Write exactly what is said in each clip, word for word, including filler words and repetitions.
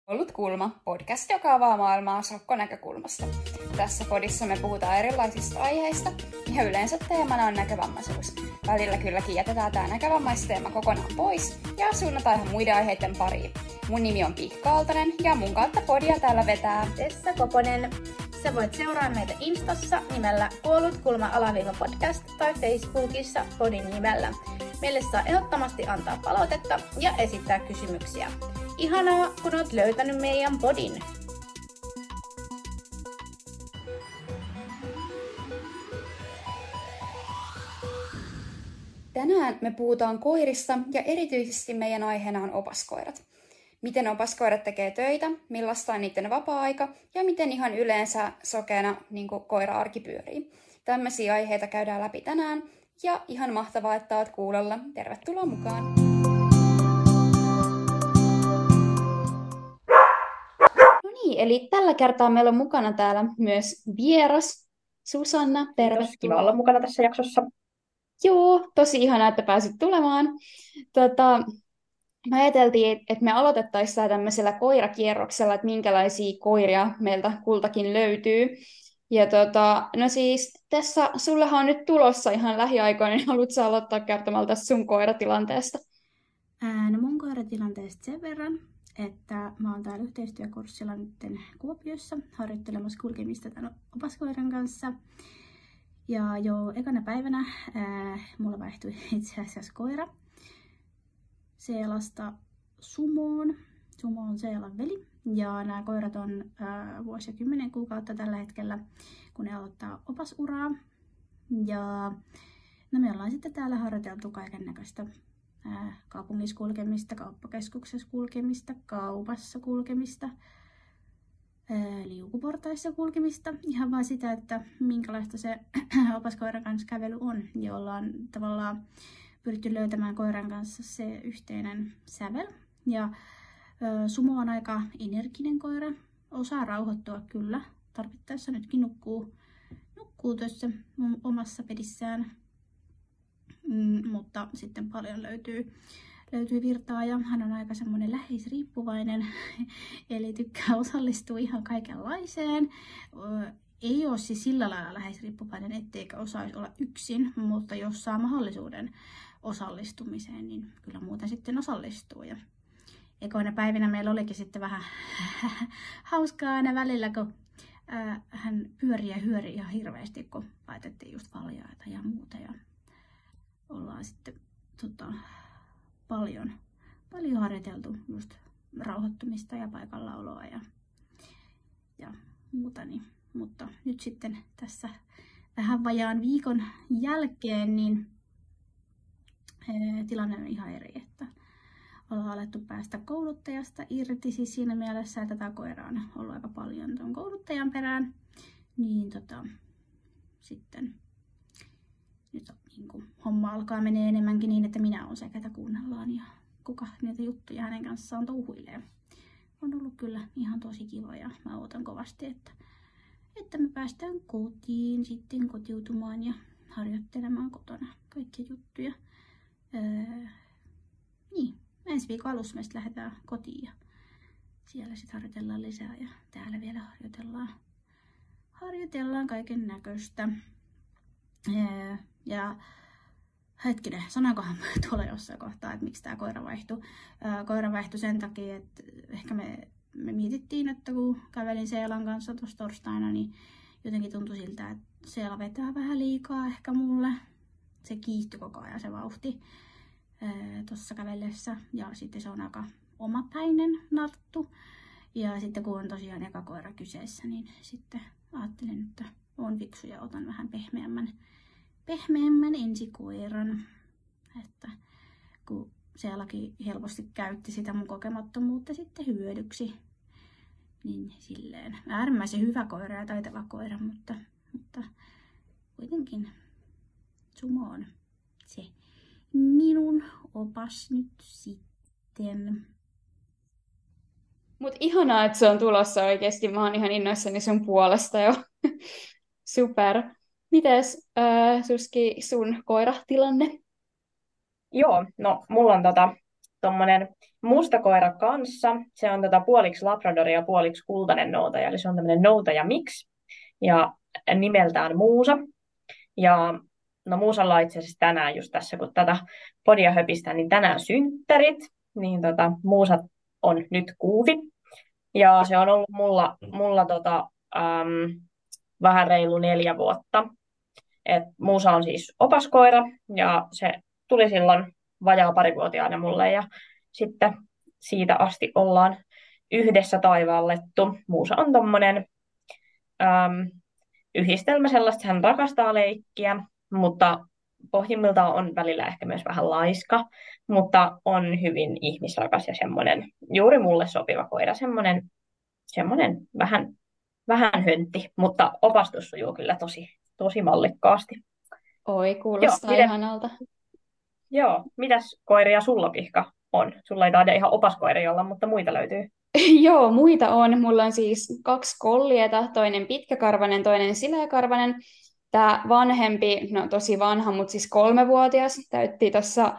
Ollut kulma, podcast, joka avaa maailmaa sokkonäkökulmasta. Tässä podissa me puhutaan erilaisista aiheista ja yleensä teemana on näkövammaisuus. Välillä kylläkin jätetään tämä näkövammaisteema kokonaan pois ja suunnataan ihan muiden aiheiden pariin. Mun nimi on Pihka Aaltonen ja mun kautta podia täällä vetää Tessa Koponen. Sä voit seuraa meitä Instassa nimellä Kuollut kulma alaviiva podcast tai Facebookissa podin nimellä. Meille saa ehdottomasti antaa palautetta ja esittää kysymyksiä. Ihanaa, kun oot löytänyt meidän podin. Tänään me puhutaan koirista ja erityisesti meidän aiheena on opaskoirat. Miten opaskoirat tekee töitä, millaista on niiden vapaa-aika ja miten ihan yleensä sokeena niin koira-arki pyörii. Tämmöisiä aiheita käydään läpi tänään ja ihan mahtavaa, että oot kuulolla. Tervetuloa mukaan! No niin, eli tällä kertaa meillä on mukana täällä myös vieras Susanna. Tervetuloa. Kiva olla mukana tässä jaksossa. Joo, tosi ihanaa, että pääsit tulemaan. Tota, me ajateltiin, että me aloitettaisiin tämmöisellä koirakierroksella, että minkälaisia koiria meiltä kultakin löytyy. Ja tota, no siis tässä sullehan on nyt tulossa ihan lähiaikoina, niin haluatko aloittaa kertomalla tästä sun koiratilanteesta? Ää, no mun koiratilanteesta sen verran, että mä oon täällä yhteistyökurssilla nyt Kuopiossa harjoittelemassa kulkemista tämän opaskoiran kanssa. Ja jo ekana päivänä ää, mulla vaihtui itse asiassa koira Seelasta Sumoon. Sumo on Seelan veli. Ja nämä koirat on ää, vuosi ja kymmenen kuukautta tällä hetkellä, kun ne aloittaa opasuraa. Ja no me ollaan sitten täällä harjoiteltu kaiken näköistä kaupungissa kulkemista, kauppakeskuksessa kulkemista, kaupassa kulkemista, ää, liukuportaissa kulkemista. Ihan vaan sitä, että minkälaista se opaskoiran kanssa kävely on, jolla on tavallaan pyritty löytämään koiran kanssa se yhteinen sävel. Ja Sumo on aika energinen koira, osaa rauhoittua kyllä, tarvittaessa nytkin nukkuu, nukkuu tuossa omassa pedissään, mm, mutta sitten paljon löytyy, löytyy virtaa ja hän on aika semmoinen läheisriippuvainen, eli tykkää osallistua ihan kaikenlaiseen. Ei ole siis sillä lailla läheisriippuvainen, etteikö osaisi olla yksin, mutta jos saa mahdollisuuden osallistumiseen, niin kyllä muuten sitten osallistuu. Ja ekoina päivinä meillä olikin sitten vähän hauskaa aina välillä, kun ää, hän pyöri ja hyöri ihan hirveästi, kun laitettiin just valjaita ja muuta. Ja ollaan sitten tota, paljon, paljon harjoiteltu just rauhoittumista ja paikallaoloa ja, ja muuta. Niin. Mutta nyt sitten tässä vähän vajaan viikon jälkeen niin ää, tilanne on ihan eri, että ollaan alettu päästä kouluttajasta irti, siis siinä mielessä, että tämä koira on ollut aika paljon tuon kouluttajan perään, niin tota, sitten nyt niin kuin, homma alkaa menee enemmänkin niin, että minä olen se, ketä kuunnellaan ja kuka niitä juttuja hänen kanssaan touhuilee. On ollut kyllä ihan tosi kiva ja mä odotan kovasti, että, että me päästään kotiin sitten kotiutumaan ja harjoittelemaan kotona kaikkia juttuja. Öö, niin. Ensi viikon alussa me lähdetään kotiin ja siellä sitten harjoitellaan lisää ja täällä vielä harjoitellaan, harjoitellaan kaiken näköistä. Ja hetkinen, sanoinkohan tuolla jossain kohtaa, että miksi tämä koira vaihtui. Koira vaihtui sen takia, että ehkä me, me mietittiin, että kun kävelin Seelan kanssa tuossa torstaina, niin jotenkin tuntui siltä, että Seela vetää vähän liikaa ehkä mulle. Se kiihtyi koko ajan se vauhti tuossa kävellessä ja sitten se on aika omapäinen narttu. Ja sitten kun on tosiaan eka koira kyseessä, niin sitten ajattelin, että on fiksu ja otan vähän pehmeämmän, pehmeämmän ensikoiran. Että kun Seelakin helposti käytti sitä mun kokemattomuutta sitten hyödyksi, niin silleen äärimmäisen hyvä koira ja taitava koira, mutta, mutta kuitenkin Sumo on se minun opas nyt sitten. Mut ihanaa, että se on tulossa oikeesti. Mä oon ihan innoissani sun puolesta jo. Super. Mites äh, Suski sun koiratilanne? Joo, no mulla on tota, tommonen musta koira kanssa. Se on tota puoliksi labradori ja puoliksi kultainen noutaja, eli se on tämmöinen noutaja mix ja nimeltään Muusa. Ja no Muusalla on itse asiassa tänään just tässä, kun tätä podia höpistää, niin tänään synttärit, niin tota, Muusa on nyt kuusi. Ja se on ollut mulla, mulla tota, äm, vähän reilu neljä vuotta. Et Muusa on siis opaskoira ja se tuli silloin vajaa parivuotiaana mulle ja sitten siitä asti ollaan yhdessä taivaallettu. Muusa on tommonen äm, yhdistelmä sellaista, hän rakastaa leikkiä, mutta pohjimmiltaan on välillä ehkä myös vähän laiska, mutta on hyvin ihmisrakas ja semmoinen juuri mulle sopiva koira, semmoinen, semmoinen vähän, vähän höntti, mutta opastus sujuu kyllä tosi, tosi mallikkaasti. Oi, Joo, kuulostaa miten, ihanalta. joo, mitäs koiria sulla Pihka on? Sulla ei taida ihan opaskoiria olla, mutta muita löytyy. Joo, muita on. Mulla on siis kaksi kollieta, toinen pitkäkarvainen, toinen sileäkarvainen. Tämä vanhempi, no tosi vanha, mutta siis kolmevuotias, täytti tuossa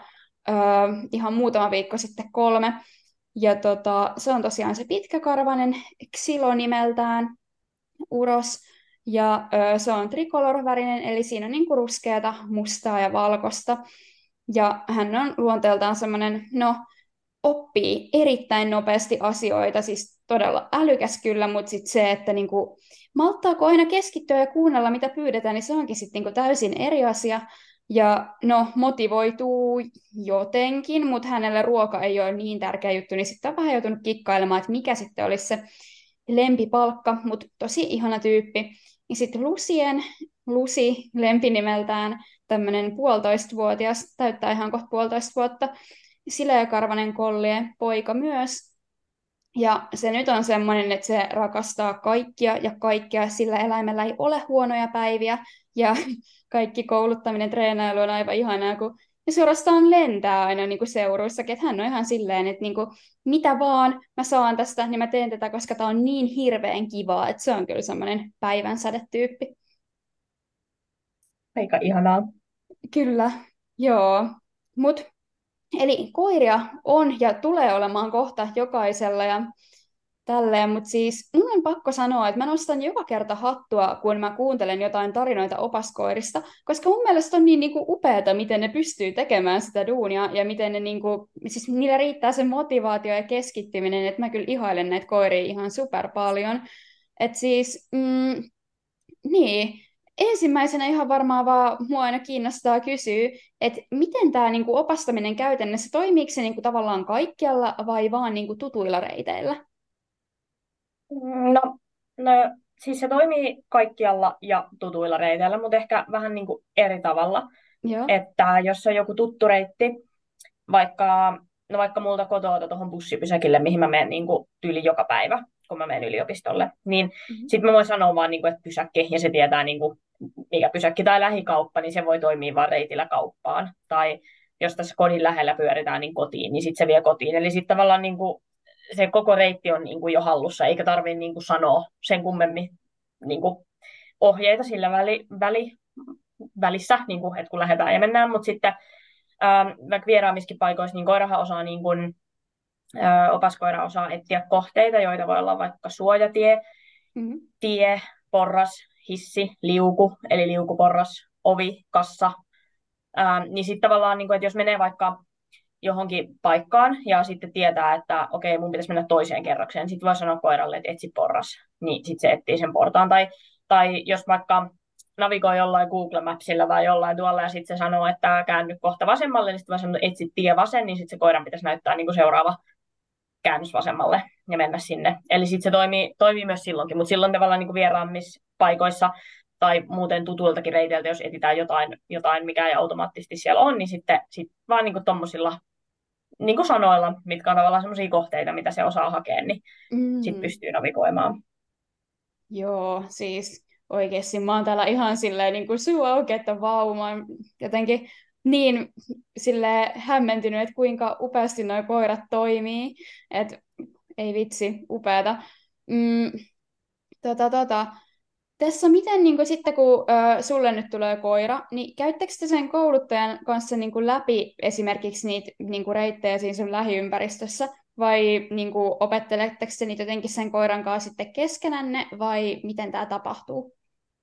ihan muutama viikko sitten kolme. Ja tota, se on tosiaan se pitkäkarvainen Xilo nimeltään, uros. Ja ö, se on tricolor-värinen, eli siinä on niinku ruskeata, mustaa ja valkoista. Ja hän on luonteeltaan semmoinen, no oppii erittäin nopeasti asioita, siis todella älykäs kyllä, mutta sitten se, että niinku, malttaako aina keskittyä ja kuunnella, mitä pyydetään, niin se onkin sitten niinku täysin eri asia. Ja no, motivoituu jotenkin, mutta hänelle ruoka ei ole niin tärkeä juttu, niin sitten on vähän joutunut kikkailemaan, että mikä sitten olisi se lempipalkka, mutta tosi ihana tyyppi. Ja sitten Lucien, Lucy lempinimeltään, tämmöinen puolitoistavuotias, täyttää ihan kohta puolitoista vuotta, sileäkarvainen kollie, poika myös. Ja se nyt on semmoinen, että se rakastaa kaikkia ja kaikkea, sillä eläimellä ei ole huonoja päiviä. Ja kaikki kouluttaminen, treenailu on aivan ihanaa, kun ja suorastaan lentää aina niin kuin seuruissakin. Että hän on ihan silleen, että niin kuin, mitä vaan mä saan tästä, niin mä teen tätä, koska tää on niin hirveän kivaa. Että se on kyllä semmoinen päivän sädetyyppi. Aika ihanaa. Kyllä, joo. Mut eli koiria on ja tulee olemaan kohta jokaisella ja tälleen, mutta siis mun on pakko sanoa, että mä nostan joka kerta hattua, kun mä kuuntelen jotain tarinoita opaskoirista, koska mun mielestä on niin niinku upeata, miten ne pystyy tekemään sitä duunia ja miten ne niinku, siis niillä riittää se motivaatio ja keskittyminen, että mä kyllä ihailen näitä koiria ihan super paljon. Että siis, mm, niin, ensimmäisenä ihan varmaan vaan mua aina kiinnostaa kysyä, että miten tämä niinku opastaminen käytännössä, toimiiko se niinku tavallaan kaikkialla vai vaan niinku tutuilla reiteillä? No, no, siis se toimii kaikkialla ja tutuilla reiteillä, mutta ehkä vähän niin kuin eri tavalla. Joo. Että jos on joku tuttu reitti, vaikka, no vaikka multa kotoa tuohon bussipysäkille, mihin mä menen niin kuin tyyli joka päivä, kun mä menen yliopistolle, niin Mhm. sitten mä voin sanoa vaan, niin kuin, että pysäkki, ja se tietää, niin kuin, mikä pysäkki tai lähikauppa, niin se voi toimia vaan reitillä kauppaan. Tai jos tässä kodin lähellä pyöritään, niin kotiin, niin sitten se vie kotiin. Eli sitten tavallaan niin kuin, se koko reitti on niin kuin jo hallussa, eikä tarvitse niin kuin sanoa sen kummemmin niin kuin ohjeita sillä väli, väli, välissä, niin kuin, että kun lähdetään ja mennään, mutta sitten ähm, vaikka vieraamissakin paikoissa, niin koirahan osaa, niin kuin, äh, opaskoira osaa etsiä kohteita, joita voi olla vaikka suojatie, Mhm. tie, porras, hissi, liuku, eli liukuporras, ovi, kassa. Ähm, niin sitten tavallaan, niin kuin, että jos menee vaikka johonkin paikkaan ja sitten tietää, että okei, mun pitäisi mennä toiseen kerrokseen. Sitten voi sanoa koiralle, että etsi porras, niin sitten se etsii sen portaan. Tai, tai jos vaikka navigoi jollain Google Mapsilla tai jollain tuolla ja sitten se sanoo, että käänny kohta vasemmalle, niin sitten voi sanoa, että etsi tie vasen, niin sitten se koiran pitäisi näyttää niin kuin seuraava käännös vasemmalle ja mennä sinne. Eli sitten se toimii, toimii myös silloinkin, mutta silloin tavallaan niin kuin vieraammispaikoissa tai muuten tutuiltakin reiteiltä, jos etsitään jotain, jotain, mikä ei automaattisesti siellä on, niin sitten sit vaan niin tuommoisilla niin kuin sanoilla, mitkä on tavallaan sellaisia kohteita, mitä se osaa hakea, niin sitten Mm. pystyy navigoimaan. Joo, siis oikeasti mä oon täällä ihan silleen niin kuin suu auki, että vau, mä oon jotenkin niin silleen hämmentynyt, että kuinka upeasti nuo koirat toimii, että ei vitsi, upeata. Mm, tota, tota. Tässä miten niin kuin, sitten, kun ö, sulle nyt tulee koira, niin käyttekö te sen kouluttajan kanssa niin kuin, läpi esimerkiksi niitä niin kuin, reittejä siinä sun lähiympäristössä, vai niin kuin, opetteletteko te niitä jotenkin sen koiran kanssa sitten keskenänne, vai miten tämä tapahtuu?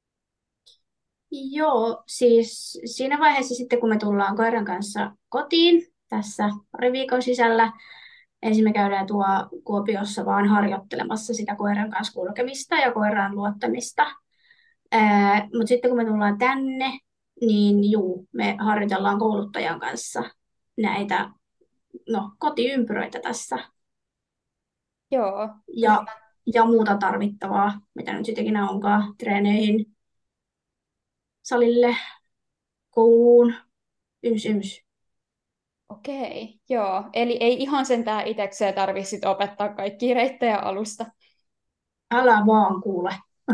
Joo, siis siinä vaiheessa sitten, kun me tullaan koiran kanssa kotiin tässä pari viikon sisällä, ensin me käydään tuo Kuopiossa vaan harjoittelemassa sitä koiran kanssa kulkemista ja koiraan luottamista. Mutta sitten kun me tullaan tänne, niin juu, me harjoitellaan kouluttajan kanssa näitä no, kotiympyröitä tässä Joo, ja, ja muuta tarvittavaa, mitä nyt sitten ikinä onkaan, treeneihin, salille, kouluun, yms yms. okei, joo. Eli ei ihan sentään itsekseen tarvitse opettaa kaikkia reittejä alusta. Älä vaan kuule.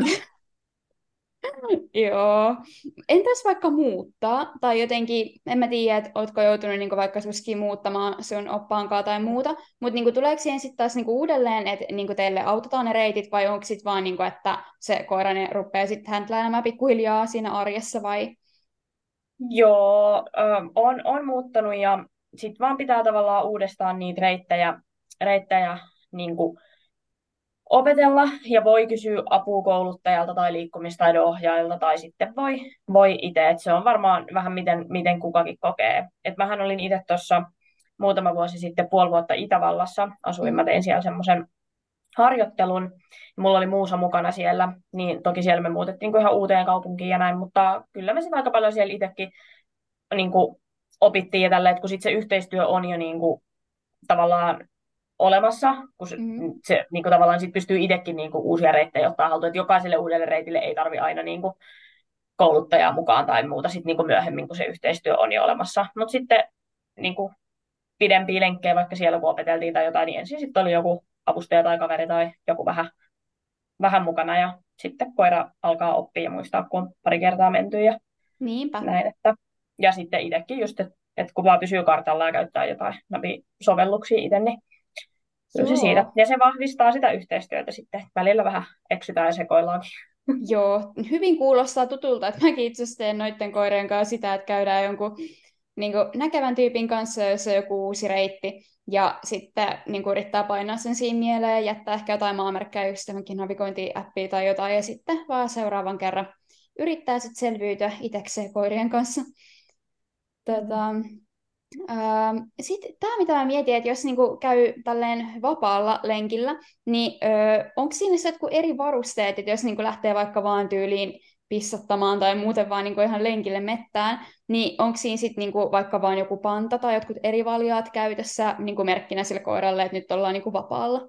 Joo. Entäs vaikka muuttaa? Tai jotenkin, en mä tiedä, että ootko joutunut niinku vaikka suskin muuttamaan sun oppaankaan tai muuta, mutta niinku, tuleeko siihen sitten taas niinku uudelleen, että niinku teille autetaan ne reitit, vai onko sitten vaan, niinku, että se koira ne rupeaa sitten häntläämään pikkuhiljaa siinä arjessa, vai? Joo, ö, on, on muuttanut ja sitten vaan pitää tavallaan uudestaan niitä reittejä, reittejä niin kuin opetella ja voi kysyä apua kouluttajalta tai liikkumistaidon ohjaajalta tai sitten voi, voi itse. Et se on varmaan vähän miten, miten kukakin kokee. Et mähän olin itse tuossa muutama vuosi sitten puoli vuotta Itävallassa. Asuin, mä Mm. tein siellä semmoisen harjoittelun. Mulla oli muusa mukana siellä, niin toki siellä me muutettiin ihan uuteen kaupunkiin ja näin, mutta kyllä me sitten aika paljon siellä itsekin niin kuin opittiin ja tällä, että kun sit se yhteistyö on jo niin kuin, tavallaan olemassa, kun se, Mm. se niin kuin, tavallaan sit pystyy itsekin niin kuin, uusia reittejä ottaa haltuun, että jokaiselle uudelle reitille ei tarvi aina niin kuin, kouluttajaa mukaan tai muuta sit, niin kuin myöhemmin, kun se yhteistyö on jo olemassa. Mutta sitten niin kuin, pidempiä lenkkejä, vaikka siellä kun opeteltiin tai jotain, niin ensin sitten oli joku avustaja tai kaveri tai joku vähän, vähän mukana ja sitten koira alkaa oppia ja muistaa, kun on pari kertaa menty ja Niinpä. näin. Että. Ja sitten itsekin just, että et kun vaan pysyy kartalla ja käyttää jotain sovelluksia itse, niin kyllä se siitä. Joo. Ja se vahvistaa sitä yhteistyötä sitten. Välillä vähän eksytään ja sekoillaankin. Joo, hyvin kuulostaa tutulta, että mäkin itse asiassa teen noiden koirien kanssa sitä, että käydään jonkun niin kuin, näkevän tyypin kanssa, jos on joku uusi reitti, ja sitten niin kuin, yrittää painaa sen siinä mieleen, jättää ehkä jotain maamerkkejä just johonkin navigointi-appiin tai jotain, ja sitten vaan seuraavan kerran yrittää sitten selviytyä itsekseen koirien kanssa. Tota, Ähm, Sitten tämä, mitä mä mietin, että jos niinku käy tälleen vapaalla lenkillä, niin onko siinä se jotkut eri varusteet, että jos niinku lähtee vaikka vaan tyyliin pissattamaan tai muuten vaan niinku ihan lenkille mettään, niin onko siinä sitten niinku vaikka vaan joku panta tai jotkut eri valjaat käytössä niinku merkkinä sille koiralle, että nyt ollaan niinku vapaalla?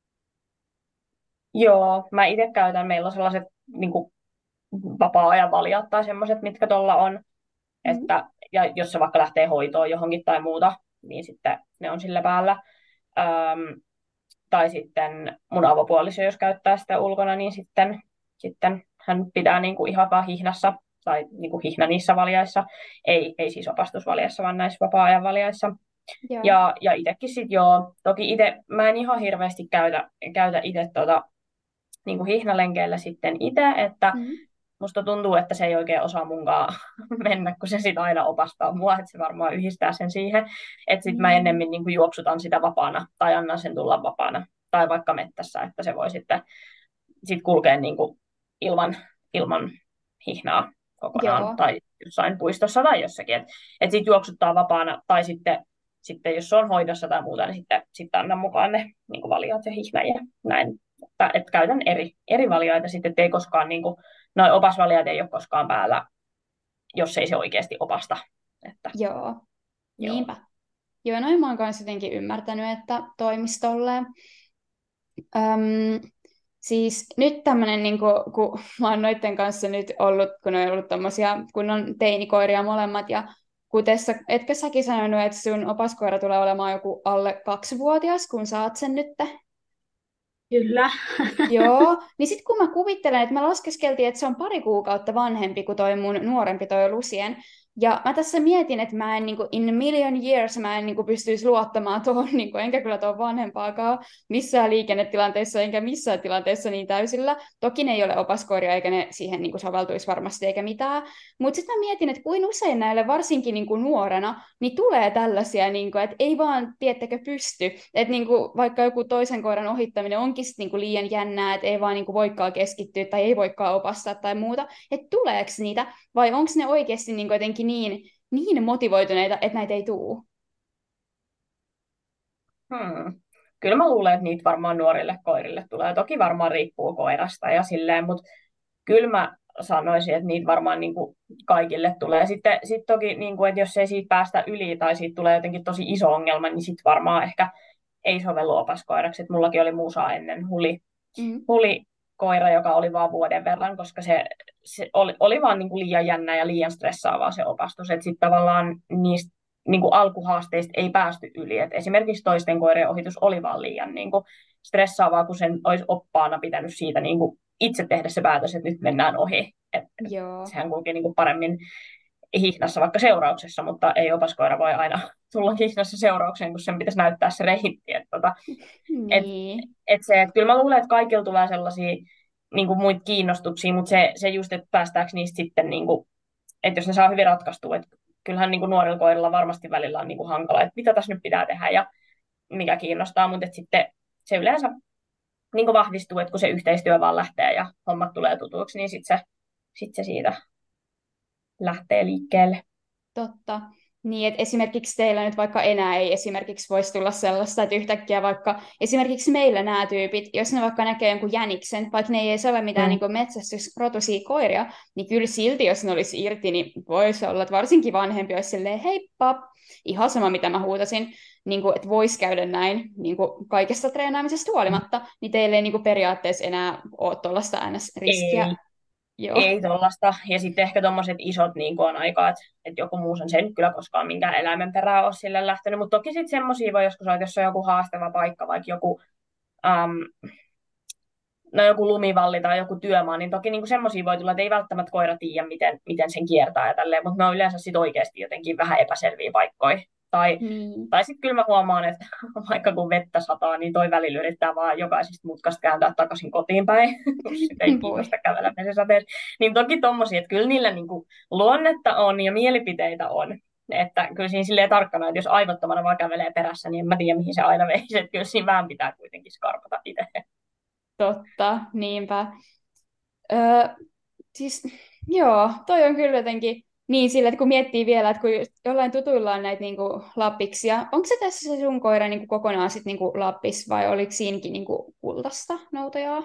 Joo, mä itse käytän, meillä on sellaiset niin kuin, vapaa-ajan valjat tai semmoiset, mitkä tuolla on. Mm. Että, ja jos se vaikka lähtee hoitoon johonkin tai muuta, niin sitten ne on sillä päällä. Öm, tai sitten mun avopuoliso, jos käyttää sitä ulkona, niin sitten, sitten hän pitää niin kuin ihan vaan hihnassa tai niin kuin hihna niissä valjaissa. Ei, ei siis opastusvaljaissa, vaan näissä vapaa-ajan valjaissa. Joo. Ja, ja itsekin sitten joo, toki itse, mä en ihan hirveästi käytä, käytä itse tota, niin kuin hihnalenkeillä sitten itse, että Mm. musta tuntuu, että se ei oikein osaa munkaan mennä, kun se sitten aina opastaa mua, että se varmaan yhdistää sen siihen. Että sitten mä Mm. ennemmin niin kuin juoksutan sitä vapaana tai annan sen tulla vapaana. Tai vaikka mettässä, että se voi sitten sit kulkea niin kuin ilman, ilman hihnaa kokonaan. Joo. Tai jossain puistossa tai jossakin. Että et sitten juoksuttaa vapaana. Tai sitten, sitten jos se on hoidossa tai muuta, niin sitten, sitten annan mukaan ne niin kuin valjaat ja hihna ja näin. Että, et käytän eri, eri valjaita sitten, ettei koskaan niin kuin, noi opasvalijat ei ole koskaan päällä, jos ei se oikeasti opasta. Että, Joo. joo. Niinpä. Joo, noin mä oon kanssa jotenkin ymmärtänyt, että toimistolleen. Öm, siis nyt tämmöinen, niin kun, kun mä oon noiden kanssa nyt ollut, kun on ollut tommosia kunnon teinikoiria molemmat, ja kutessa, etkö säkin sanonut, että sun opaskoira tulee olemaan joku alle kaksivuotias, kun saat sen nyt? Kyllä. Joo, niin sitten kun mä kuvittelen, että me laskeskeltiin, että se on pari kuukautta vanhempi kuin toi mun nuorempi toi Lucien, Ja mä tässä mietin, että mä en niin kuin, in a million years mä en niin kuin, pystyisi luottamaan tuohon, niin kuin, enkä kyllä tuohon vanhempaakaan missään liikennetilanteessa, enkä missään tilanteessa niin täysillä. Toki ne ei ole opaskoiria, eikä ne siihen niin kuin, soveltuisi varmasti eikä mitään. Mutta sitten mä mietin, että kuin usein näille, varsinkin niin kuin, nuorena, niin tulee tällaisia, niin kuin, että ei vaan, tiettäkö, pysty. Että niin kuin, vaikka joku toisen koiran ohittaminen onkin sit, niin kuin, liian jännää, että ei vaan niin kuin, voikaan keskittyä tai ei voikaan opastaa tai muuta. Että tuleeko niitä? Vai onko ne oikeasti niin jotenkin niin, niin motivoituneita, että näitä ei tule? Hmm. Kyllä mä luulen, että niitä varmaan nuorille koirille tulee. Toki varmaan riippuu koirasta ja silleen, mutta kyllä mä sanoisin, että niitä varmaan niin kuin kaikille tulee. Sitten sit toki, niin kuin, että jos ei siitä päästä yli tai siitä tulee jotenkin tosi iso ongelma, niin sitten varmaan ehkä ei sovellu opaskoiraksi. Että mullakin oli Musa ennen huli, Mm. huli koira, joka oli vain vuoden verran, koska se, se oli, oli vaan niin kuin liian jännä ja liian stressaavaa se opastus. Että sitten tavallaan niistä niin kuin alkuhaasteista ei päästy yli. Et esimerkiksi toisten koirien ohitus oli vaan liian niin kuin stressaavaa, kun sen olisi oppaana pitänyt siitä niin kuin itse tehdä se päätös, että nyt mennään ohi. Et Joo. sehän kulki niin kuin paremmin hihnassa vaikka seurauksessa, mutta ei opaskoira voi aina tulla hihnassa seuraukseen, kun sen pitäisi näyttää se reitti. Et, tota, et, Niin. et se, et kyllä mä luulen, että kaikilla tulee sellaisia niin kuin muita kiinnostuksia, mutta se, se just, että päästäänkö niistä sitten, niin kuin, että jos ne saa hyvin ratkaistua, että kyllähän niin kuin nuorilla koirilla varmasti välillä on niin kuin hankala, että mitä tässä nyt pitää tehdä ja mikä kiinnostaa, mutta että sitten se yleensä niin kuin vahvistuu, että kun se yhteistyö vaan lähtee ja hommat tulee tutuiksi, niin sitten se, sit se siitä lähtee liikkeelle. Totta. Niin, että esimerkiksi teillä nyt vaikka enää ei esimerkiksi voisi tulla sellaista, että yhtäkkiä vaikka esimerkiksi meillä nämä tyypit, jos ne vaikka näkee jonkun jäniksen, vaikka ne ei edes ole mitään Mm. niin kuin metsästysrotuisia koiria, niin kyllä silti, jos ne olisi irti, niin voisi olla, että varsinkin vanhempi olisi silleen, heippa, ihan sama mitä mä huutasin, niin kuin, että voisi käydä näin niin kuin kaikesta treenaamisesta huolimatta, niin teille ei niin kuin periaatteessa enää ole tuollaista riskiä. Ei, Joo. ei tollasta. Ja sitten ehkä tuommoiset isot niin on aika, että, että joku muu on sen kyllä koskaan minkään eläimen perään ole sille lähtenyt. Mutta toki sitten semmoisia voi joskus olla, että jos on joku haastava paikka, vaikka joku, äm, no joku lumivalli tai joku työmaa, niin toki niin semmoisia voi tulla, että ei välttämättä koira tiedä, miten, miten sen kiertää ja tälleen, mutta ne on yleensä sitten oikeasti jotenkin vähän epäselviä paikkoja. Tai, Niin. tai sitten kyllä mä huomaan, että vaikka kun vettä sataa, niin toi välillä yrittää vaan jokaisesta mutkasta kääntää takaisin kotiin päin, kun sitä ei Voi. kiinnosta kävellä vesisateessa. Niin toki tommosia, että kyllä niillä niinku luonnetta on ja mielipiteitä on. Että kyllä siinä silleen tarkkana, että jos aivottomana vaan kävelee perässä, niin en mä tiedä, mihin se aina veisi. Että kyllä siinä vähän pitää kuitenkin skarpata itse. Totta, niinpä. Öö, siis, joo, toi on kyllä jotenkin niin sillä, että kun miettii vielä, että kun jollain tutuilla on näitä niinku lappiksia, onko se tässä se sun koira niinku kokonaan sit niinku lappis vai oliko siinäkin niinku kultaista noutajaa?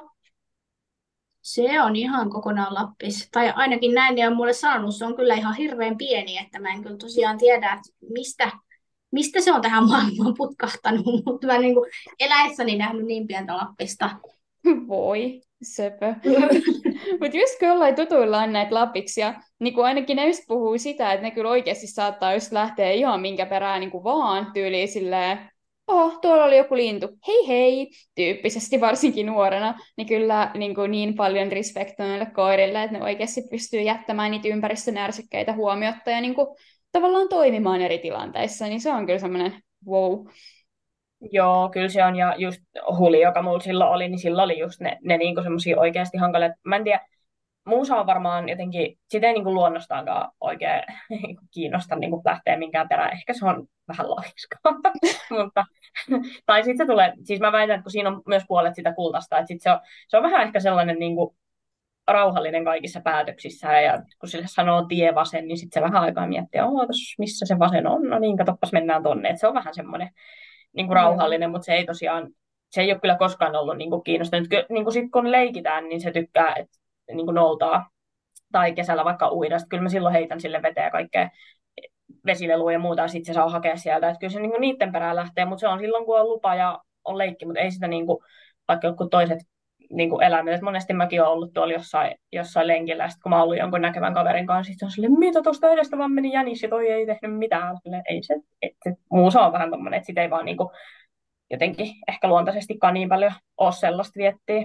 Se on ihan kokonaan Lappis. Tai ainakin näin ne on mulle sanonut. Se on kyllä ihan hirveän pieni, että mä en kyllä tosiaan tiedä, että mistä, mistä se on tähän maailmaan putkahtanut. Mutta mä niin kuin eläessäni nähnyt niin pientä Lappista. Voi, söpö. Mutta just kun jollain tutuilla on näitä lapiksia, niin kun ainakin ne just puhuu sitä, että ne kyllä oikeasti saattaa just lähteä ihan minkä perään niin kuin vaan tyyliin silleen, oh, tuolla oli joku lintu, hei hei, tyyppisesti varsinkin nuorena, niin kyllä niin, kuin niin paljon respektoa näille koirille, että ne oikeasti pystyy jättämään niitä ympäristön ärsykkeitä huomiotta ja niin kuin, tavallaan toimimaan eri tilanteissa, niin se on kyllä semmoinen wow. Joo, kyllä se on. Ja just huli, joka mulla silloin oli, niin silloin oli just ne, ne niinku semmoisia oikeasti hankalia. Mä en tiedä, muusa on varmaan jotenkin, sitä ei niinku luonnostaankaan oikein niinku kiinnosta niinku lähteä minkään perään. Ehkä se on vähän laiskaa. Mutta, tai sitten se tulee, siis mä väitän, että kun siinä on myös puolet sitä kultasta, että sit se, on, se on vähän ehkä sellainen niinku rauhallinen kaikissa päätöksissä. Ja kun sille sanoo tie vasen, niin sitten se vähän aikaa miettii, että missä se vasen on. No niin, katoppas mennään tonne. Et se on vähän semmoinen niin kuin Joo. rauhallinen, mutta se ei tosiaan, se ei ole kyllä koskaan ollut niin kuin kiinnostunut. Niin kuin sit kun leikitään, niin se tykkää, että niin kuin noutaa tai kesällä vaikka uida. Sitten kyllä mä silloin heitän sille veteen ja kaikkea vesileluja ja muuta, ja sitten se saa hakea sieltä. Että kyllä se niin kuin niiden perään lähtee, mutta se on silloin, kun on lupa ja on leikki, mutta ei sitä niin kuin, vaikka jotkut toiset niin kuin eläimet. Et monesti mäkin olen ollut tuolla jossain, jossain lenkillä, ja sit kun mä oon ollut jonkun näkevän kaverin kanssa, sitten on silleen, mitä tuosta edestä vaan meni jänis, ja toi ei tehnyt mitään. Silleen, ei se, et, se muusa on vähän tommonen, että sit ei vaan niin kuin, jotenkin ehkä luontaisestikaan niin paljon ole sellaista viettiä.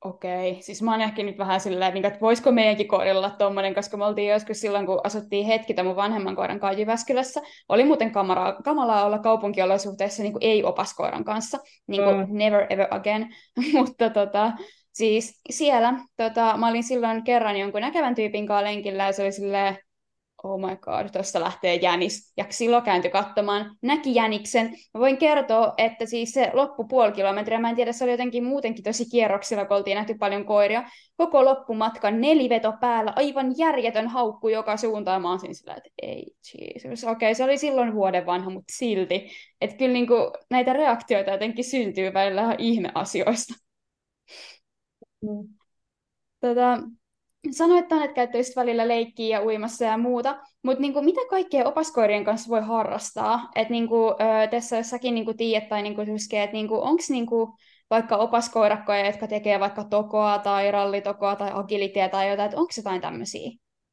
okei. Siis mä oon ehkä nyt vähän silleen, niin että voisiko meidänkin koirilla olla tommonen, koska me oltiin joskus silloin, kun asuttiin hetki mun vanhemman koiran kanssa Jyväskylässä. Oli muuten kamalaa, kamalaa olla kaupunkiolosuhteissa niin kuin ei-opaskoiran kanssa. Niin kuin Mm. never ever again. Mutta tota, siis siellä tota, mä olin silloin kerran jonkun näkevän tyypin kanssa lenkillä ja se oli silleen, oh my god, tuosta lähtee jänis. Ja silloin kääntyi katsomaan, näki jäniksen. Mä voin kertoa, että siis se loppu puoli kilometriä, mä en tiedä, se oli jotenkin muutenkin tosi kierroksilla, kun oltiin nähty paljon koiria. Koko loppumatkan neliveto päällä, aivan järjetön haukku joka suuntaan. Mä oon siinä sillä, että ei, Jesus. Okei, okay, se oli silloin vuoden vanha, mutta silti. Että kyllä niin kuin, näitä reaktioita jotenkin syntyy välillä ihan ihmeasioista. Mm. Tota, sanoit, että käyttäisit välillä leikkiä ja uimassa ja muuta, mutta niinku, mitä kaikkea opaskoirien kanssa voi harrastaa? Et niinku, ö, tässä jos säkin niinku tiedät tai niinku, että niinku, onko niinku, vaikka opaskoirakkoja, jotka tekee vaikka tokoa tai rallitokoa tai agilitia tai jotain, että onko jotain tämmöisiä?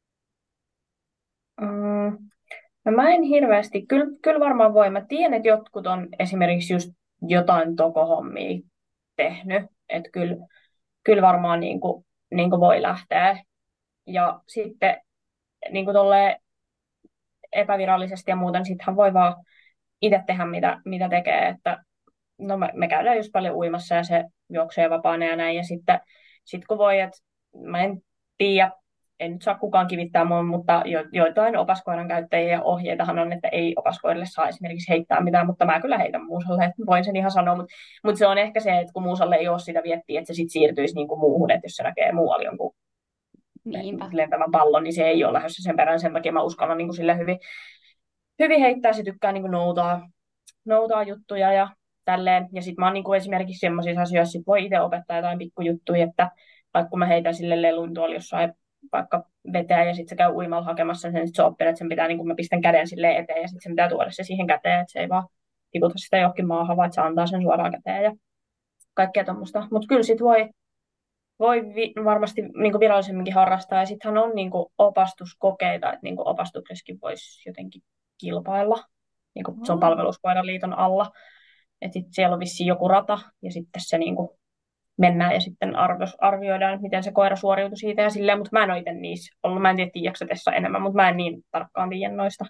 Mm. No mä en hirveästi, kyllä, kyllä varmaan voi. Mä tiedän, että jotkut on esimerkiksi just jotain tokohommia tehnyt, että kyllä, kyllä varmaan niin kuin, niin kuin voi lähteä. Ja sitten niin kuin tolleen epävirallisesti ja muuten, sittenhän voi vaan itse tehdä, mitä, mitä tekee. Että, no me, me käydään just paljon uimassa ja se juoksee vapaana ja näin. Ja sitten sit kun voi, että mä en tiedä, en nyt saa kukaan kivittää mua, mutta jo, joitain opaskoiran käyttäjiä ohjeitahan on, että ei opaskoirille saa esimerkiksi heittää mitään, mutta mä kyllä heitän muusalle, että voin sen ihan sanoa, mutta, mutta se on ehkä se, että kun muusalle ei ole sitä viettiä, että se sitten siirtyisi niin kuin muuhun, että jos se näkee muualla jonkun Niinpä. lentävän pallon, niin se ei ole lähdössä sen perään, sen takia mä uskallan niin kuin sille hyvin, hyvin heittää, se tykkää niin kuin noutaa, noutaa juttuja ja tälleen. Ja sitten mä oon niin kuin esimerkiksi sellaisissa asioissa, sit voi itse opettaa jotain pikkujuttuja, että vaikka kun mä heitän sille lelun tuolla jossain vaikka veteen ja sitten se käy uimalla hakemassa sen, sit se oppii, että sen pitää, niin kuin mä pistän käden sille eteen ja sitten se pitää tuoda se siihen käteen, että se ei vaan tiputa sitä johonkin maahan, vaan että se antaa sen suoraan käteen ja kaikkea tuommoista. Mutta kyllä sit voi, voi vi- varmasti niin kuin virallisemminkin harrastaa ja sittenhän on niin kuin opastuskokeita, että niin kuin opastuksessakin voisi jotenkin kilpailla. Niin kuin se on Oh. Palveluskoiraliiton alla. Että sitten siellä on vissiin joku rata ja sitten se niin kuin mennään ja sitten arvio- arvioidaan, miten se koira suoriutui siitä ja silleen, mutta mä en ole itse niissä ollut. Mä en tiedä, tiedätkö tässä enemmän, mutta mä en niin tarkkaan tiedä noista.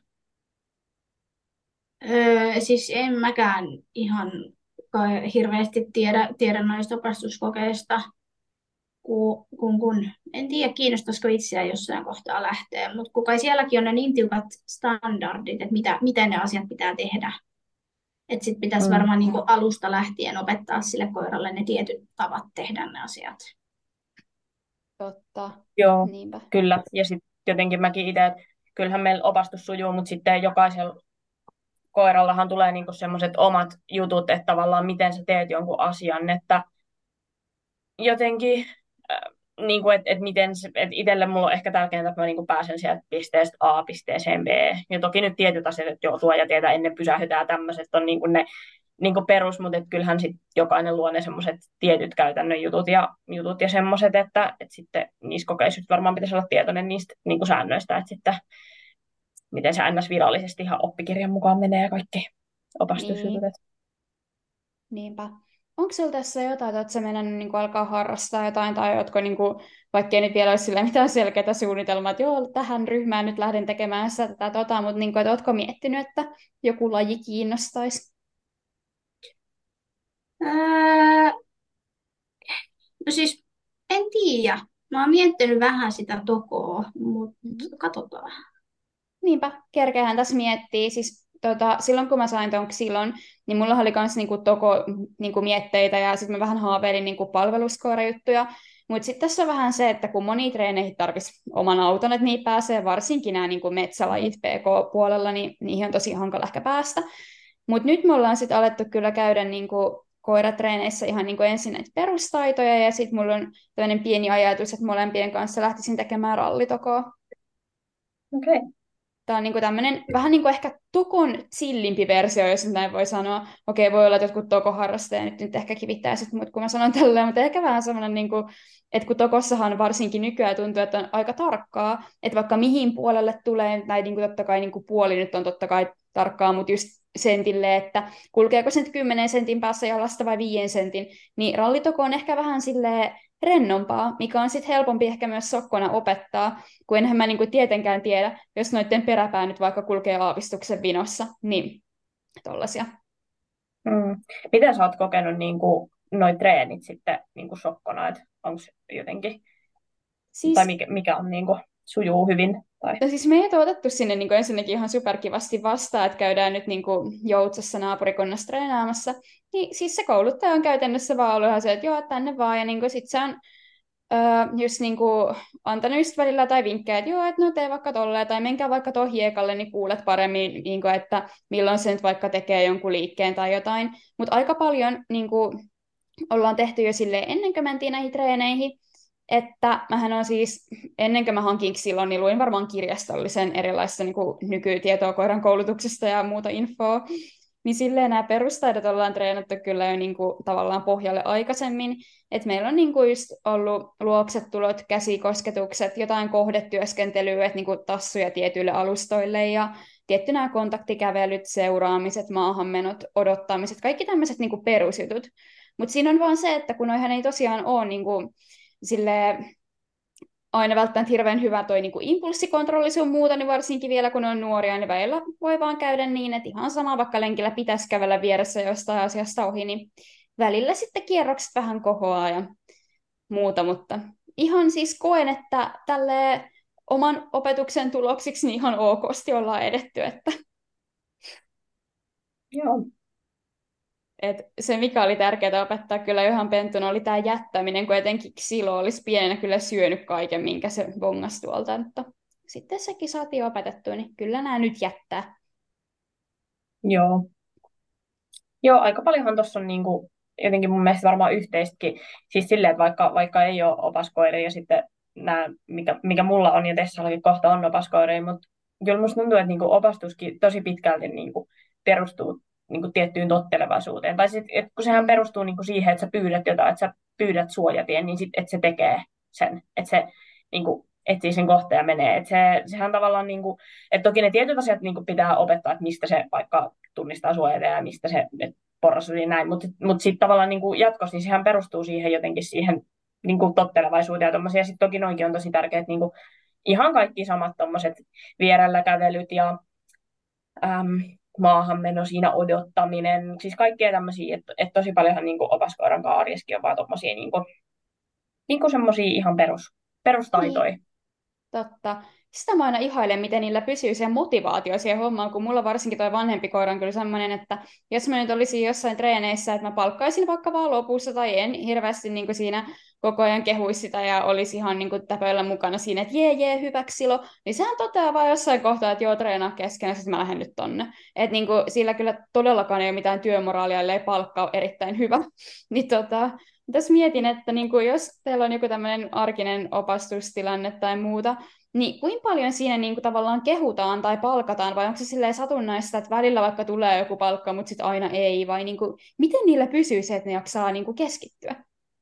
Öö, siis en mäkään ihan kai hirveästi tiedä, tiedä noista opastuskokeista, kun, kun, kun en tiedä kiinnostaisiko itseään jossain kohtaa lähteä, mutta kun kai sielläkin on ne niin tiukat standardit, että mitä, miten ne asiat pitää tehdä. Että sitten pitäisi Mm. varmaan niin kuin alusta lähtien opettaa sille koiralle ne tietyt tavat tehdä ne asiat. Totta. Joo, Niinpä. kyllä. Ja sitten jotenkin mäkin itse, että kyllähän meillä opastus sujuu, mutta sitten jokaisella koirallahan tulee niinku semmoiset omat jutut, että tavallaan miten sä teet jonkun asian, että jotenkin, äh, niin kuin, että, että miten se, että itselle mulla on ehkä tärkeintä, että mä niin kuin pääsen sieltä pisteestä A pisteeseen B. Ja toki nyt tietyt asiat, että joo, tuo ja tietä ennen pysähytään, tämmöiset on niin kuin ne niin kuin perus, mutta että kyllähän sit jokainen luo ne semmoiset tietyt käytännön jutut ja, jutut ja semmoiset, että, että sitten niissä kokeissa varmaan pitäisi olla tietoinen niistä niin kuin säännöistä, että sitten miten se ns. Virallisesti ihan oppikirjan mukaan menee ja kaikki opastusjutut. Niin. Niinpä. Onko sinulla tässä jotain, että oletko mennyt niin kuin alkaa harrastaa jotain, tai oletko, niin kuin, vaikka ei nyt vielä olisi sillä mitään selkeää suunnitelmaa, että joo, tähän ryhmään nyt lähden tekemään sitä tätä tota, mutta niin kuin, että oletko miettinyt, että joku laji kiinnostaisi? Ää, no siis en tiedä. Mä oon miettinyt vähän sitä tokoa, mutta Mm-hmm. katsotaan. Niinpä, kerkeähän tässä miettii. Siis, tota, silloin kun mä sain ton silloin, niin mulla oli myös niinku, toko niinku, mietteitä ja sitten mä vähän haaveilin niinku, palveluskoirajuttuja. Mutta sitten tässä on vähän se, että kun moni treeneihin tarvitsisi oman auton, että niihin pääsee varsinkin nämä niinku, metsälajit P K-puolella, niin niihin on tosi hankala ehkä päästä. Mutta nyt me ollaan sitten alettu kyllä käydä niinku, koiratreeneissä ihan niinku, ensin näitä perustaitoja ja sitten mulla on tämmöinen pieni ajatus, että molempien kanssa lähtisin tekemään rallitokoa. Okei. Okay. Tämä on niinku tämmöinen vähän niin kuin ehkä tokon chillimpi versio, jos näin voi sanoa. Okei, voi olla, että jotkut tokoharrastajat nyt, nyt ehkä kivittää sitten mut, kun mä sanon tälleen, mutta ehkä vähän semmoinen, niin kuin, että kun tokossahan varsinkin nykyään tuntuu, että on aika tarkkaa, että vaikka mihin puolelle tulee, näin niin kuin totta kai niin kuin puoli nyt on totta kai tarkkaa, mutta just sentille, että kulkeeko se nyt kymmenen sentin päässä jalasta vai viiden sentin, niin rallitoko on ehkä vähän silleen rennompaa, mikä on sitten helpompi ehkä myös sokkona opettaa, kun enhän mä niinku tietenkään tiedä, jos noiden peräpää nyt vaikka kulkee aavistuksen vinossa, niin tollasia. Mm. Miten sä oot kokenut niin kuin, noi treenit sitten niin kuin sokkona, että onko jotenkin, tai Siis mikä, mikä on niin kuin, sujuu hyvin? Tai... No siis meidät on otettu sinne niin kuin ensinnäkin ihan superkivasti vastaan, että käydään nyt niin kuin Joutsassa naapurikunnassa treenaamassa. Niin siis se kouluttaja on käytännössä vaan ollut ihan se, että joo, tänne vaan. Ja niin kuin sit se on öö, just niin kuin antanut just välillä tai vinkkejä, että joo, että no tee vaikka tolleen, tai menkää vaikka tuohon hiekalle, niin kuulet paremmin, niin kuin, että milloin se nyt vaikka tekee jonkun liikkeen tai jotain. Mutta aika paljon niin kuin ollaan tehty jo silleen ennen kuin mentiin näihin treeneihin, että mähän on siis, ennen kuin mä hankin silloin, niin luin varmaan kirjastollisen erilaista niin kuin nykytietoa koiran koulutuksesta ja muuta infoa. Niin silleen nämä perustaidot ollaan treenattu kyllä jo niin kuin, tavallaan pohjalle aikaisemmin. Että meillä on niin kuin just ollut luoksetulot, käsikosketukset, jotain kohdetyöskentelyä, että niin kuin tassuja tietyille alustoille ja tietty nämä kontaktikävelyt, seuraamiset, maahanmenot, odottamiset, kaikki tämmöiset niin kuin perusjutut. Mutta siinä on vaan se, että kun noihän ei tosiaan ole niin kuin, silleen, aina välttämättä hirveän hyvä toi niin kuin impulssikontrolli sun muuta, niin varsinkin vielä kun on nuoria, niin välillä voi vaan käydä niin, että ihan sama vaikka lenkillä pitäisi kävellä vieressä jostain asiasta ohi, niin välillä sitten kierrokset vähän kohoaa ja muuta, mutta ihan siis koen, että tälle oman opetuksen tuloksiksi niin ihan okosti ollaan edetty, että Joo. et se, mikä oli tärkeää opettaa kyllä Johan Penttuna, oli tämä jättäminen, kun etenkin Silo olisi pienenä kyllä syönyt kaiken, minkä se bongasi tuolta. Mutta sitten sekin saatiin opetettua, niin kyllä nämä nyt jättää. Joo. Joo, aika paljonhan tuossa on niinku, jotenkin mun mielestä varmaan yhteistäkin. Siis silleen, että vaikka, vaikka ei ole opaskoiria ja sitten nämä, mikä, mikä mulla on ja Tessallakin kohta on opaskoiria, mutta kyllä musta tuntuu, että niinku opastuskin tosi pitkälti niinku perustuu niinku tiettyyn tottelevaisuuteen. Tai sit, et kun sehän Mm. perustuu niinku siihen, että sä pyydät jotain, että sä pyydät suojatien, niin sit, että se tekee sen. Että se niinku, etsii sen kohteen ja menee. Et se, sehän tavallaan, niinku, että toki ne tietyt asiat niinku pitää opettaa, että mistä se vaikka tunnistaa suojatien ja mistä se porras oli näin, mutta mut sitten tavallaan niinku jatkossa, niin sehän perustuu siihen jotenkin siihen niinku tottelevaisuuteen ja tommosia. Ja sitten toki noinkin on tosi tärkeät niinku, ihan kaikki samat tommoset vierellä kävelyt ja äm, maahanmeno, siinä odottaminen, siis kaikkea tämmöisiä, että et tosi paljonhan niinku opaskoiran arjeskin on vaan tommosia niinku, niinku semmosia ihan perus, perustaitoja. Niin, totta. Sitä mä aina ihailen, miten niillä pysyy se motivaatio siihen hommaan, kun mulla varsinkin toi vanhempi koira on kyllä semmoinen, että jos mä nyt olisin jossain treeneissä, että mä palkkaisin vaikka vaan lopussa tai en hirveästi niin kuin siinä koko ajan kehuisi sitä ja olisi ihan niin kuin täpöillä mukana siinä, että jee jee, hyväksi Silo, niin sehän toteaa vaan jossain kohtaa, että joo, treenaa kesken ja sitten mä lähden nyt tonne. Että niin kuin, sillä kyllä todellakaan ei ole mitään työmoraalia, ellei palkka ole erittäin hyvä. Niin tota, tässä mietin, että niin kuin jos teillä on joku tämmöinen arkinen opastustilanne tai muuta, niin kuinka paljon siinä niin kuin tavallaan kehutaan tai palkataan, vai onko se silleen satunnaista, että välillä vaikka tulee joku palkka, mutta sitten aina ei, vai niin kuin, miten niillä pysyy se, että ne jaksaa niin kuin keskittyä?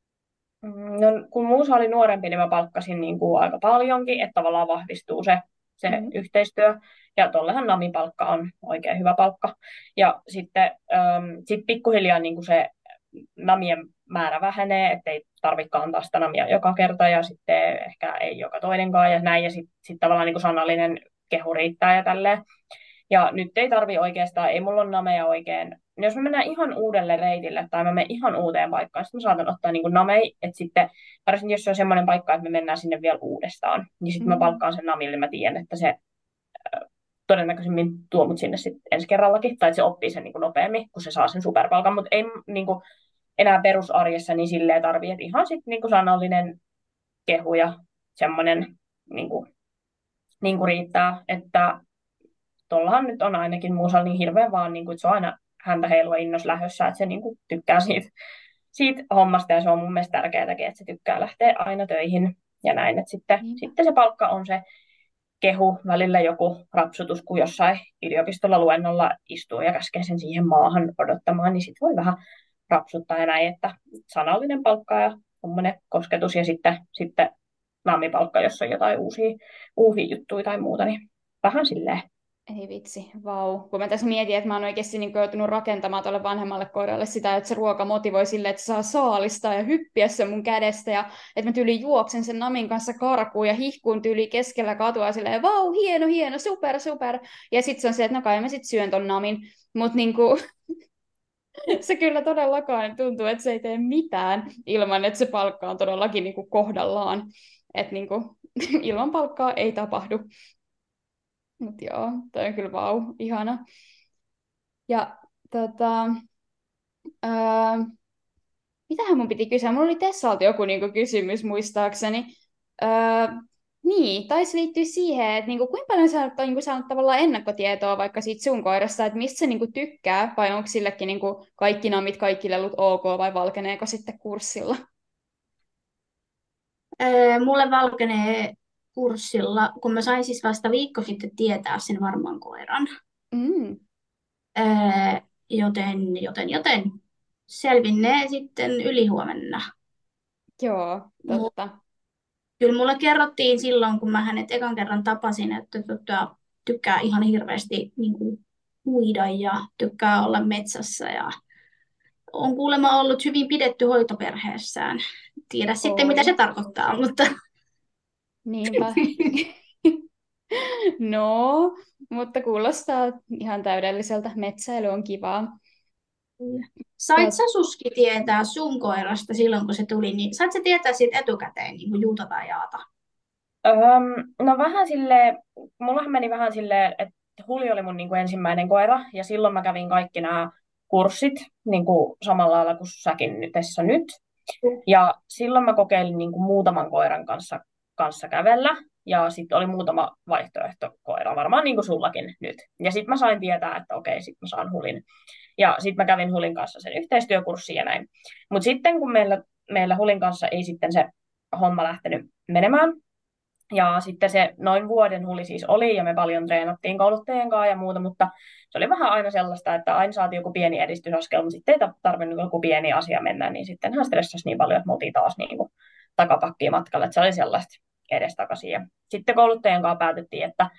Mm, No, kun Muusa oli nuorempi, niin mä palkkasin niin kuin aika paljonkin, että tavallaan vahvistuu se, se Mm. yhteistyö. Ja tollehan Nami-palkka on oikein hyvä palkka. Ja sitten ähm, sit pikkuhiljaa niin kuin se Namien määrä vähenee, ettei tarvitse antaa sitä Namia joka kerta ja sitten ehkä ei joka toinenkaan ja näin. Ja sitten sit tavallaan niin kuin sanallinen kehu riittää ja tälleen. Ja nyt ei tarvi oikeastaan, ei mulla ole nameja oikein. Jos me mennään ihan uudelle reitille tai mä menen ihan uuteen paikkaan, sitten mä saatan ottaa niin namei, että sitten, varsinkin jos se on semmoinen paikka, että me mennään sinne vielä uudestaan, niin sitten mä Mm. palkkaan sen namille, mä tiedän, että se äh, todennäköisemmin tuo mut sinne sitten ensi kerrallakin, tai että se oppii sen niin kuin nopeammin, kun se saa sen superpalkan, mutta ei niin kuin, enää perusarjessa niin silleen tarvii, että ihan sitten niin kuin sanallinen kehu ja semmoinen niin kuin, niin kuin riittää, että tuollahan nyt on ainakin Muusalla niin hirveän vaan, niin kuin, että se on aina häntä heilua innos lähdössä, että se niin kuin, tykkää siitä, siitä hommasta ja se on mun mielestä tärkeääkin, että se tykkää lähteä aina töihin ja näin, että sitten, Niinpä. sitten se palkka on se kehu, välillä joku rapsutus, kun jossain yliopistolla luennolla istuu ja käskee sen siihen maahan odottamaan, niin sitten voi vähän rapsuttaa ja näin, että sanallinen palkka ja tuommoinen kosketus ja sitten, sitten naamipalkka, jos on jotain uusia, uusia juttuja tai muuta, niin vähän silleen. Ei vitsi, vau. Kun mä tässä mietin, että mä oon oikeasti niin joutunut rakentamaan tuolle vanhemmalle koiralle sitä, että se ruoka motivoi silleen, että se saa saalistaa ja hyppiä sen mun kädestä ja että mä tyyliin juoksen sen namin kanssa karkuun ja hihkuun tyyliin keskellä katua silleen, vau, hieno, hieno, super, super. Ja sitten se on se, että no kai mä sit syön ton namin. Mutta niinku, se kyllä todellakaan tuntuu, että se ei tee mitään ilman, että se palkka on todellakin niinku kohdallaan. Että niinku, ilman palkkaa ei tapahdu. Mutta joo, toi on kyllä vau, ihana. Ja tota, ää, mitähän mun piti kysyä? Mulla oli Tessalta joku niinku kysymys muistaakseni. Ää, niin, taisi liittyä siihen, että niinku, kuinka paljon sä oot niinku, saanut tavallaan ennakkotietoa vaikka siitä sun koirasta, että mistä se niinku, tykkää, vai onko sillekin niinku, kaikki namit, kaikki lelut ok, vai valkeneeko sitten kurssilla? Öö, mulle valkenee kurssilla, kun mä sain siis vasta viikko sitten tietää sen varman koiran. Mm, Öö, joten, joten, joten selvinnee sitten ylihuomenna. joo, Mu- totta. Kyllä mulle kerrottiin silloin, kun mä hänet ekan kerran tapasin, että tota, tykkää ihan hirveästi niin kuin, uida ja tykkää olla metsässä ja on kuulemma ollut hyvin pidetty hoitoperheessään. Tiedä sitten, mitä Oi, se tarkoittaa, mutta niinpä. No, mutta kuulostaa ihan täydelliseltä. Metsäily on kivaa. sait Tot... sä Suski tietää sun koirasta silloin, kun se tuli, niin sait sä tietää siitä etukäteen, niin kuin Juuta tai Jaata? Öm, no vähän silleen, mullahan meni vähän silleen, että Huli oli mun niin kuin ensimmäinen koira, ja silloin mä kävin kaikki nämä kurssit niin kuin samalla lailla kuin säkin nyt, tässä nyt. Ja silloin mä kokeilin niin kuin muutaman koiran kanssa, kanssa kävellä, ja sitten oli muutama vaihtoehto koira, varmaan niin kuin sullakin nyt. Ja sitten mä sain tietää, että okei, sitten mä saan Hulin. Ja sitten mä kävin Hulin kanssa sen yhteistyökurssin ja näin. Mutta sitten kun meillä, meillä Hulin kanssa ei sitten se homma lähtenyt menemään, ja sitten se noin vuoden Huli siis oli, ja me paljon treenattiin kouluttajien kanssa ja muuta, mutta se oli vähän aina sellaista, että aina saatiin joku pieni edistysaskel, mutta sitten ei tarvinnut joku pieni asia mennä, niin sitten hän stressasi niin paljon, että me oltiin taas niin kuin takapakkiin matkalle, että se oli sellaista edestakaisin. Ja sitten kouluttajien kanssa päätettiin, että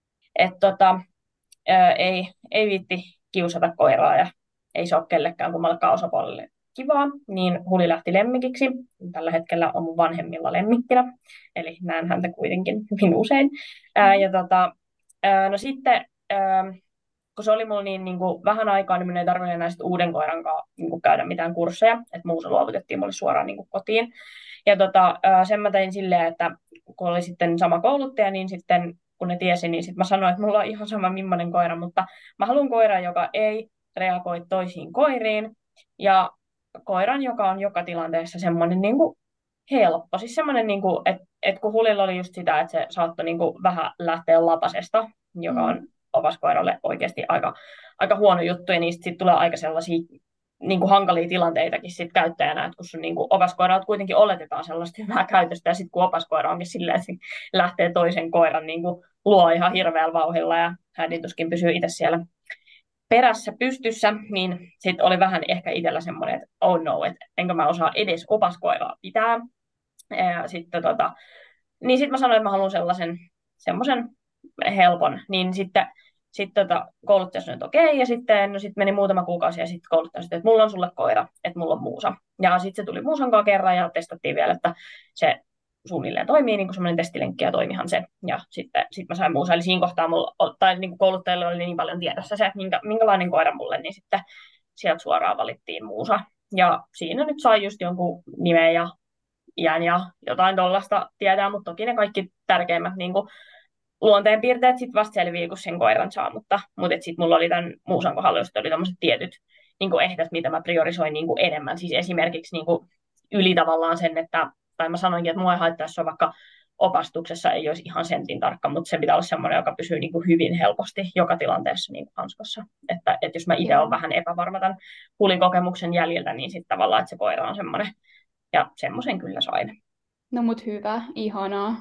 et tota, ää, ei, ei viitti kiusata koiraa ja ei se ole kellekään kummallekaan osapuolelle kivaa, niin Huli lähti lemmikiksi. Tällä hetkellä on mun vanhemmilla lemmikkinä, eli näen häntä kuitenkin hyvin usein. Ää, ja tota, ää, no sitten, ää, kun se oli mulla niin, niin kuin vähän aikaa, niin minun ei tarvinnut enää sit uuden koiran kanssa niin kuin käydä mitään kursseja, että muusa luovutettiin mulle suoraan niin kuin kotiin. Ja tota, ää, sen mä tein silleen, että kun oli sitten sama kouluttaja, niin sitten kun ne tiesi, niin sitten mä sanoin, että mulla on ihan sama millainen koira, mutta mä haluan koiran, joka ei reagoi toisiin koiriin, ja koiran, joka on joka tilanteessa semmoinen niin kuin helppo. Siis semmoinen, niin kuin, että, että kun Hulilla oli just sitä, että se saattoi niin kuin vähän lähteä lapasesta, joka Mm, on opaskoiralle oikeasti aika, aika huono juttu, ja niistä sitten tulee aika sellaisia niin kuin hankalia tilanteitakin sit käyttäjänä, että kun sun niin kuin opaskoiralta kuitenkin oletetaan sellaista hyvää käytöstä, ja sitten kun opaskoira onkin silleen, että se lähtee toisen koiran niin kuin luo ihan hirveällä vauhdilla, ja hän tuskin pysyy itse siellä perässä pystyssä, niin sitten oli vähän ehkä itsellä semmoinen, että oh no, että enkö mä osaa edes opaskoiraa pitää. Ja sitten tota, niin sitten mä sanoin, että mä haluan sellaisen semmoisen helpon, niin sitten sit tota, kouluttaja sanoi, että okei, ja sitten no sit meni muutama kuukausi, ja sitten kouluttaja sanoi, että mulla on sulle koira, että mulla on muusa. Ja sitten se tuli muusan kanssa kerran, ja testattiin vielä, että se suunnilleen toimii, niin kuin semmoinen testilenkki, ja toimihan se. Ja sitten sit mä sain muusa, eli siinä kohtaa mulla, tai niin kuin kouluttajille oli niin paljon tiedossa se, että minkä, minkälainen koira mulle, niin sitten sieltä suoraan valittiin muusa. Ja siinä nyt sai just jonkun nimen ja iän ja jotain tuollaista tietää, mutta toki ne kaikki tärkeimmät niin kuin luonteenpiirteet sitten vasta selviää, kun sen koiran saa, mutta, mutta sitten mulla oli tämän muusan kohdalla, just oli tämmöiset tietyt niin kuin ehdot, mitä mä priorisoin niin kuin enemmän. Siis esimerkiksi niin kuin yli tavallaan sen, että, tai mä sanoinkin, että mua ei haittaa, jos on vaikka opastuksessa ei olisi ihan sentin tarkka, mutta se pitää olla semmoinen, joka pysyy niin kuin hyvin helposti joka tilanteessa niin kuin hanskassa. Että, että jos mä itse olen joo. vähän epävarma tämän hulikokemuksen jäljiltä, niin sitten tavallaan, että se koira on semmoinen. Ja semmoisen kyllä sain. No mut hyvä, ihanaa.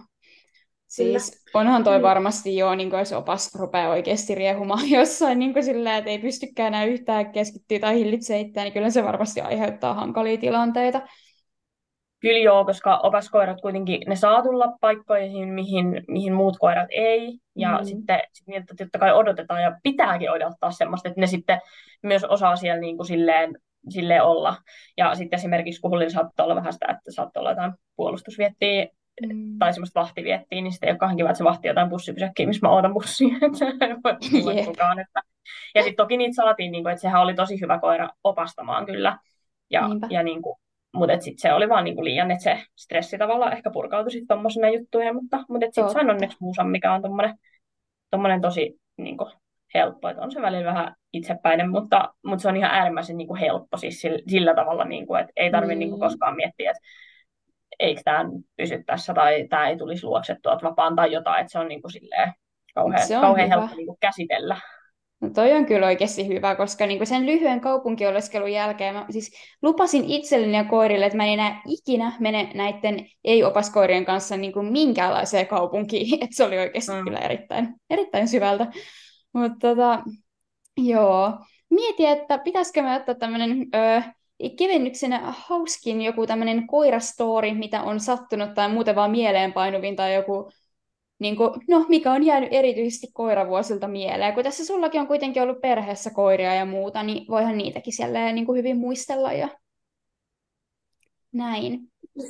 Kyllä. Siis onhan toi Mm. varmasti jo, niin jos opas rupeaa oikeasti riehumaan jossain niin sillä, että ei pystykään enää yhtään keskittyä tai hillitsemään itseään, niin kyllä se varmasti aiheuttaa hankalia tilanteita. Kyllä joo, koska opaskoirat kuitenkin, ne saa tulla paikkoihin, mihin, mihin muut koirat ei. Ja Mm. sitten sit niiltä totta kai odotetaan ja pitääkin odottaa semmoista, että ne sitten myös osaa siellä niin kuin silleen, silleen olla. Ja sitten esimerkiksi kun hullilla saattaa olla vähän sitä, että saattaa olla jotain puolustusviettiä Mm. tai semmoista vahtiviettiä, niin sitten ei ole kauhean kiva, että se vahtii jotain bussipysäkkiä, missä mä ootan bussia, että ei voi tulla Jep. kukaan. Että. Ja sitten toki niitä saatiin, niin kuin, että sehän oli tosi hyvä koira opastamaan kyllä. Ja, Niinpä. ja niin kuin, mutta sitten se oli vaan niinku liian, että se stressi tavallaan ehkä purkautui sitten tommosena juttuja, mutta, mutta sitten sain Totta. onneksi muusan, mikä on tommonen, tommonen tosi niinku helppo, että on se välillä vähän itsepäinen, mutta, mutta se on ihan äärimmäisen niinku helppo siis sillä, sillä tavalla, niinku, että ei tarvitse niinku Niin. koskaan miettiä, että eikö tämä pysy tässä tai tämä ei tulisi luoksettua vapaan tai jotain, että se on niinku silleen kauhean, Se on kauhean hyvä. helppo niinku käsitellä. No toi on kyllä oikeasti hyvä, koska niinku sen lyhyen kaupunkioleskelun jälkeen mä siis lupasin itselleni ja koirille, että mä en enää ikinä mene näiden ei-opaskoirien kanssa niinku minkäänlaiseen kaupunkiin. Et se oli oikeasti Mm. kyllä erittäin, erittäin syvältä. Mutta tota, joo. Mietin, että pitäisikö me ottaa tämmöinen kevennyksenä hauskin joku tämmöinen koirastori, mitä on sattunut tai muuten vaan mieleenpainuvin tai joku niin kuin, no, mikä on jäänyt erityisesti koiravuosilta mieleen. Kun tässä sullakin on kuitenkin ollut perheessä koiria ja muuta, niin voihan niitäkin siellä niin kuin hyvin muistella ja näin.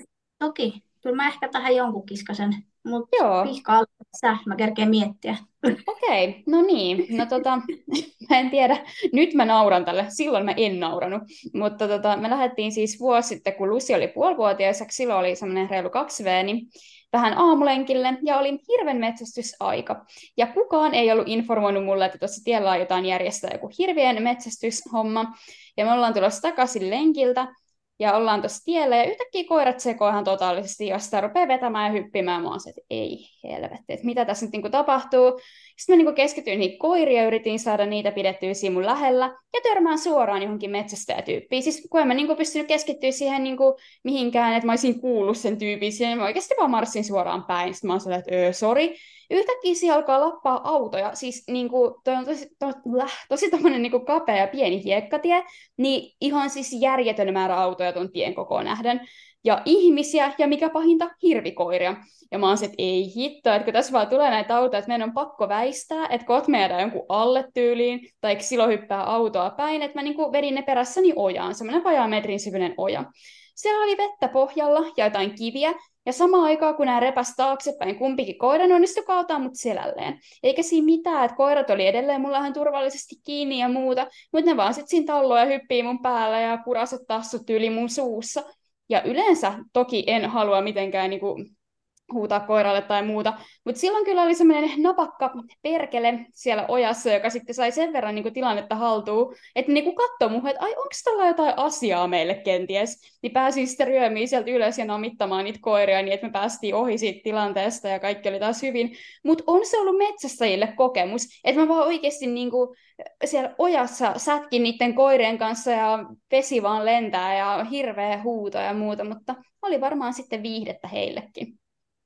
Toki, kyllä mä ehkä tähän jonkun kiskasen, mutta Joo, pihkaa sä, mä kerkeen miettiä. okei, no niin. No tota, mä en tiedä, nyt mä nauran tälle, silloin mä en nauranut. Mutta tota, me lähdettiin siis vuosi sitten, kun Lucy oli puolivuotias, ja silloin oli semmoinen reilu kaksi V, niin vähän aamulenkille, ja oli hirven metsästysaika. Ja kukaan ei ollut informoinut mulle, että tuossa tiellä aiotaan järjestää joku hirvien metsästyshomma. Ja me ollaan tulossa takaisin lenkiltä, ja ollaan tuossa tiellä, ja yhtäkkiä koirat sekoo ihan totaalisesti, ja sitä rupeaa vetämään ja hyppimään. Mä oon se, että ei helvetti, että mitä tässä nyt niinku tapahtuu. Sitten mä niinku keskityin niihin koiriin ja yritin saada niitä pidettyä siinä mun lähellä, ja törmään suoraan johonkin metsästäjätyyppiin. Siis kun en mä niinku pystynyt keskittyä siihen niinku mihinkään, että mä olisin kuullut sen tyypin siihen, mä oikeasti vaan marssin suoraan päin. Sitten mä oon sellainen, että öö, sori. Yhtäkkiä siellä alkaa lappaa autoja, siis niinku, toi on tosi, to, läh, tosi tommonen niinku kapea ja pieni hiekkatie, niin ihan siis järjetön määrä autoja ton tien kokoon nähden. Ja ihmisiä, ja mikä pahinta, hirvikoiria. Ja mä oon se, että ei hitto, että kun tässä vaan tulee näitä autoja, että meidän on pakko väistää, että kot meidän jonkun alle tyyliin, tai silloin hyppää autoa päin, että mä niinku vedin ne perässäni ojaan, semmoinen vajaa metrin syvyinen oja. Siellä oli vettä pohjalla ja jotain kiviä, ja samaan aikaan, kun nämä repäs taaksepäin, kumpikin koiran onnistui kaataa mut selälleen. Eikä siinä mitään, että koirat oli edelleen mulla ihan turvallisesti kiinni ja muuta, mutta ne vaan sitten siinä talloja hyppii mun päällä ja puraset tassut yli mun suussa. Ja yleensä toki en halua mitenkään niinku huutaa koiralle tai muuta. Mutta silloin kyllä oli semmoinen napakka perkele siellä ojassa, joka sitten sai sen verran niinku tilannetta haltuun, että niinku katsoi muuhun, että ai onko tällä jotain asiaa meille kenties. Niin pääsin sitten ryömiin sieltä ylös ja namittamaan niitä koiria niin, että me päästiin ohi siitä tilanteesta ja kaikki oli taas hyvin. Mutta on se ollut metsästäjille kokemus, että mä vaan oikeasti niinku siellä ojassa sätkin niiden koirien kanssa ja vesi vaan lentää ja hirveä huuto ja muuta, mutta oli varmaan sitten viihdettä heillekin.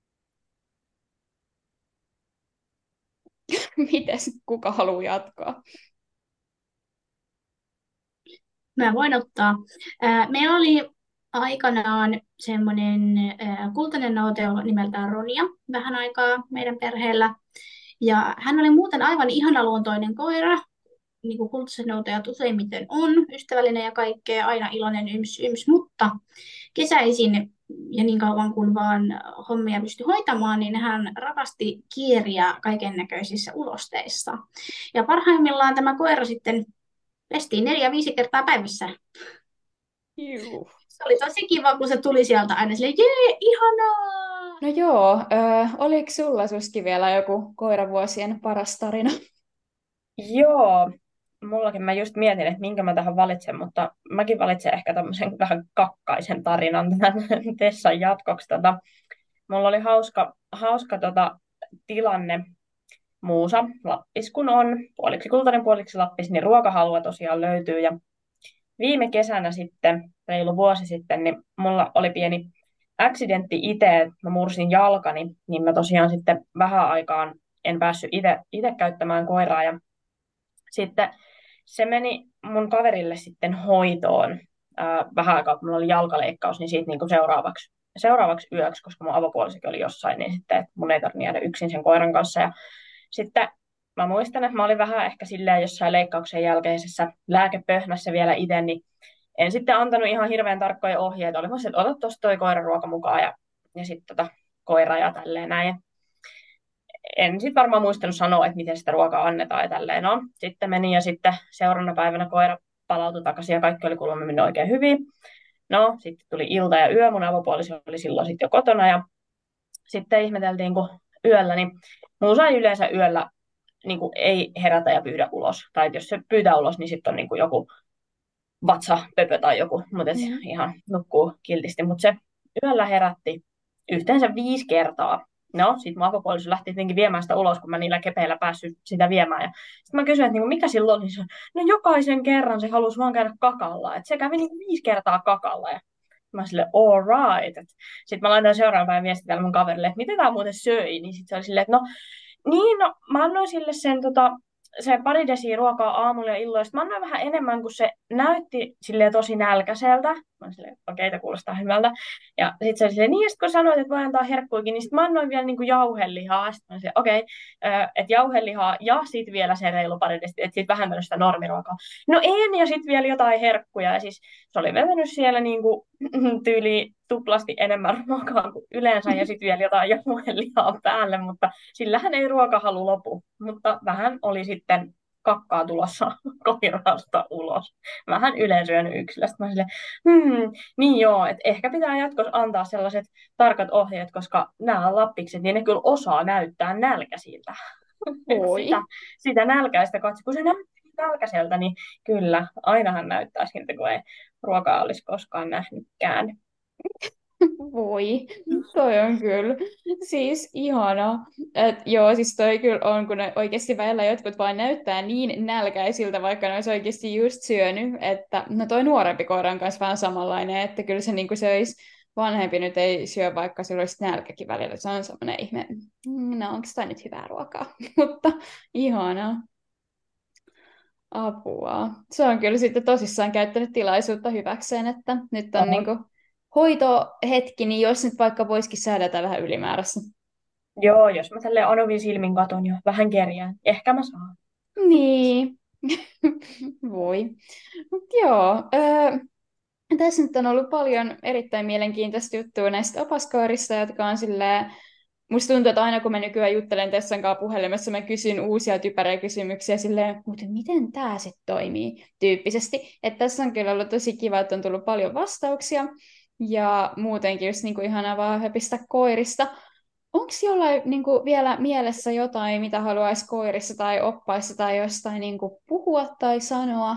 Mites, kuka haluaa jatkaa? Mä voin ottaa. Ää, Meillä oli aikanaan semmoinen kultainen nouteo nimeltään Ronia vähän aikaa meidän perheellä. Ja hän oli muuten aivan ihanaluontoinen koira, niin kuin kultaiset noutajat useimmiten on, ystävällinen ja kaikkea, aina iloinen yms yms, mutta kesäisin ja niin kauan kuin vaan hommia pystyi hoitamaan, niin hän rakasti kieriä kaiken näköisissä ulosteissa. Ja parhaimmillaan tämä koira sitten pestiin neljä viisi kertaa päivässä. Juu. Se oli tosi kiva, kun se tuli sieltä aina silleen, jee, ihanaa! No joo, ö, oliko sulla Suski vielä joku koiravuosien paras tarina? Joo, mullakin mä just mietin, että minkä mä tähän valitsen, mutta mäkin valitsen ehkä tämmöisen vähän kakkaisen tarinan tämän Tessan jatkoksi. Tota, mulla oli hauska, hauska tota, tilanne muusa Lappis, kun on puoliksi kultainen, puoliksi Lappis, niin ruokahalua tosiaan löytyy. Ja viime kesänä sitten, reilu vuosi sitten, niin mulla oli pieni accidentti itse, että mä mursin jalkani, niin mä tosiaan sitten vähän aikaan en päässyt itse käyttämään koiraa. Ja sitten se meni mun kaverille sitten hoitoon. ää, vähän aikaa, kun mulla oli jalkaleikkaus, niin siitä niin kuin seuraavaksi, seuraavaksi yöksi, koska mun avopuolisokin oli jossain, niin sitten että mun ei tarvitse jäädä yksin sen koiran kanssa. Ja sitten mä muistan, että mä olin vähän ehkä silleen jossain leikkauksen jälkeisessä lääkepöhnässä vielä itse, niin en sitten antanut ihan hirveän tarkkoja ohjeita. Oli vaan, että ota tuosta toi koiraruoka mukaan ja, ja sitten tota koira ja tälleen näin. Ja en sitten varmaan muistanut sanoa, että miten sitä ruokaa annetaan ja tälleen. No, sitten meni ja sitten seuraavana päivänä koira palautui takaisin ja kaikki oli kuulemma mennyt oikein hyvin. No, sitten tuli ilta ja yö, mun avopuoliso oli silloin sitten jo kotona ja sitten ihmeteltiin, kun yöllä, niin muusa ei yleensä yöllä niin kuin ei herätä ja pyydä ulos. Tai jos se pyytää ulos, niin sitten on niin kuin joku vatsapöpö tai joku, mutta Mm. ihan nukkuu kiltisti. Mutta se yöllä herätti yhteensä viisi kertaa. No, sitten mun avopuoliso lähti tietenkin viemään sitä ulos, kun mä niillä kepeillä päässyt sitä viemään. Ja sitten mä kysyin, että niinku, mikä silloin oli. Niin no jokaisen kerran se halusi vaan käydä kakalla. Et se kävi niinku viisi kertaa kakalla. Ja mä silleen, all right. Sitten mä laitoin seuraavan päivän viesti täällä mun kaverille, että miten tää muuten söi. Niin sitten se oli silleen, että no, niin, no mä annoin sille sen tota, se pari desiä ruokaa aamulla ja illoista. Mä annoin vähän enemmän, kun se näytti silleen tosi nälkäiseltä. Mä olin silleen, okei, okay, kuulostaa hyvältä. Ja sitten se oli silleen, niin, ja sit kun sanoit, että voi antaa herkkuikin, niin sitten mä annoin vielä niinku jauhelihaa. Sitten mä olin silleen, okei, okay, että jauhelihaa ja sitten vielä se reilu pari desiä, että sitten vähemmän sitä normiruokaa. No en, ja sitten vielä jotain herkkuja. Ja siis se oli vetänyt siellä niinku tyyli tuplasti enemmän ruokaa kuin yleensä ja sitten vielä jotain jauhelihaa päälle, mutta sillähän ei ruokahalu lopu. Mutta vähän oli sitten kakkaa tulossa koirasta ulos. Vähän ylensyönyt yksilöstä. Mä silleen, hmm, niin joo, että ehkä pitää jatkossa antaa sellaiset tarkat ohjeet, koska nämä lappikset, niin ne kyllä osaa näyttää nälkäisiltä. Oi. Sitä, sitä nälkäistä katsoa. Kun se näyttää nälkäiseltä, niin kyllä, ainahan näyttää siltä, kun ei ruokaa olisi koskaan nähnytkään. Voi, toi on kyllä siis ihana. Et joo, siis toi kyllä on, kun ne oikeasti välillä jotkut vain näyttää niin nälkäisiltä, vaikka ne olisi oikeasti just syönyt, että no toi nuorempi koira on kanssa vähän samanlainen, että kyllä se niinku söisi, vanhempi nyt ei syö, vaikka sillä olisi nälkäkin välillä. Se on semmoinen ihme, mm, no onko toi nyt hyvää ruokaa, mutta ihanaa. Apua. Se on kyllä sitten tosissaan käyttänyt tilaisuutta hyväkseen, että nyt on Oho. niinku hoitohetki, niin jos nyt vaikka voisikin säädätä vähän ylimäärässä. Joo, jos mä tälleen anuvin silmin katon jo vähän kerjään, ehkä mä saan. Niin. Voi. Mut joo. Öö, tässä nyt on ollut paljon erittäin mielenkiintoista juttua näistä opaskoirista, jotka on silleen, musta tuntuu, että aina kun mä nykyään juttelen Tessan kanssa puhelimessa, mä kysyn uusia typeriä kysymyksiä silleen, mutta miten tämä sitten toimii tyyppisesti. Että tässä on kyllä ollut tosi kiva, että on tullut paljon vastauksia ja muutenkin just niinku ihanaa vaan höpistä koirista. Onko jollain niinku vielä mielessä jotain, mitä haluaisi koirissa tai oppaissa tai jostain niinku puhua tai sanoa?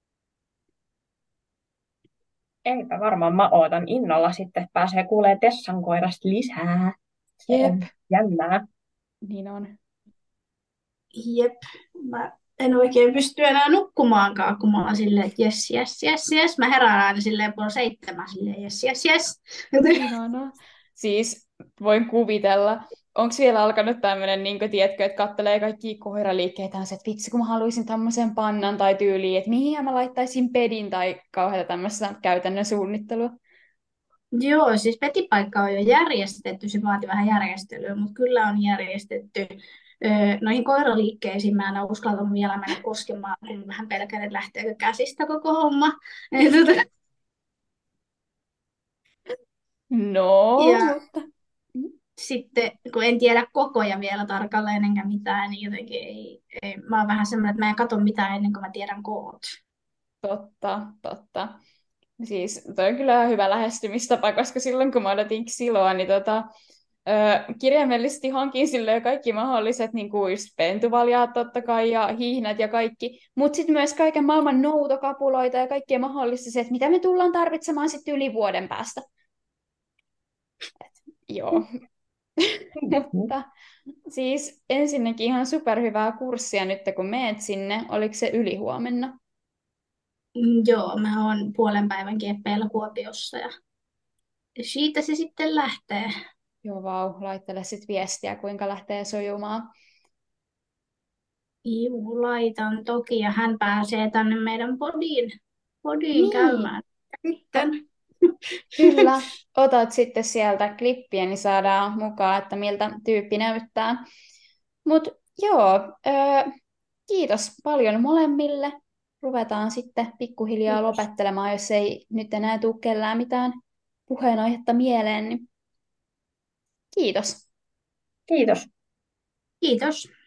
Eipä varmaan, mä ootan innolla sitten, että pääsee kuulee Tessan koirasta lisää. Se Jep, on jännää. niin on. Jep, mä en oikein pysty enää nukkumaankaan, kun mä oon silleen, että jes, jes, jes, jes. Mä herään aina silleen puoli seitsemän, silleen jes, jes, jes. Ihanaa. Siis voin kuvitella. Onko vielä alkanut tämmöinen, niin tiedätkö, että kattelee kaikkia koiraliikkeitä, että vitsi, kun mä haluaisin tämmöisen pannan tai tyyliin, että mihin mä laittaisin pedin tai kauheata tämmöistä käytännön suunnittelua. Joo, siis petipaikka on jo järjestetty, se vaati vähän järjestelyä, mutta kyllä on järjestetty. Öö, noihin koiraliikkeisiin mä en ole uskaltanut vielä mennä koskemaan, kun vähän pelkään, että lähteekö käsistä koko homma. Ja, tuota, No, ja mutta... sitten, kun en tiedä kokoja vielä tarkalleen enkä mitään, niin jotenkin ei, ei, mä oon vähän semmoinen, että mä en katso mitään ennen kuin mä tiedän koot. Totta, totta. Siis toi on kyllä hyvä lähestymistapa, koska silloin kun mä odotin Xiloa, niin tota, ö, kirjaimellisesti hankin sille kaikki mahdolliset niin kuin just pentuvaljaat totta kai ja hihnät ja kaikki, mutta sitten myös kaiken maailman noutokapuloita ja kaikkea mahdollista se, että mitä me tullaan tarvitsemaan sitten yli vuoden päästä. Et, joo. Mutta siis ensinnäkin ihan superhyvää kurssia nyt, kun meet sinne. Oliko se ylihuomenna? Mm, Joo, mä oon puolen päivän kieppeillä Kuopiossa ja siitä se sitten lähtee. Joo, vau. Laittele sitten viestiä, kuinka lähtee sojumaan. Juu, laitan toki ja hän pääsee tänne meidän podiin, podiin Niin. käymään. Sitten. Kyllä, otat sitten sieltä klippiä, niin saadaan mukaan, että miltä tyyppi näyttää. Mutta joo, ö, kiitos paljon molemmille. Ruvetaan sitten pikkuhiljaa Kiitos. lopettelemaan, jos ei nyt enää tule kellään mitään puheenaihetta mieleen. Niin kiitos. Kiitos. Kiitos.